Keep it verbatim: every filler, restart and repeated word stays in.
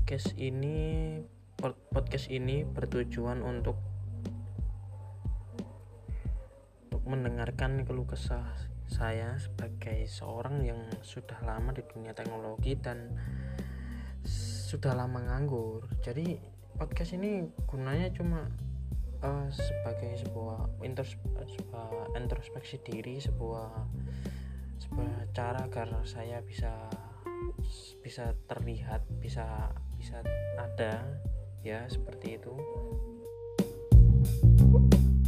podcast ini podcast ini bertujuan untuk untuk mendengarkan keluh kesah saya sebagai seorang yang sudah lama di dunia teknologi dan sudah lama nganggur. Jadi podcast ini gunanya cuma uh, sebagai sebuah intros, sebuah introspeksi diri, sebuah sebuah cara agar saya bisa bisa terlihat, bisa bisa ada, ya seperti itu.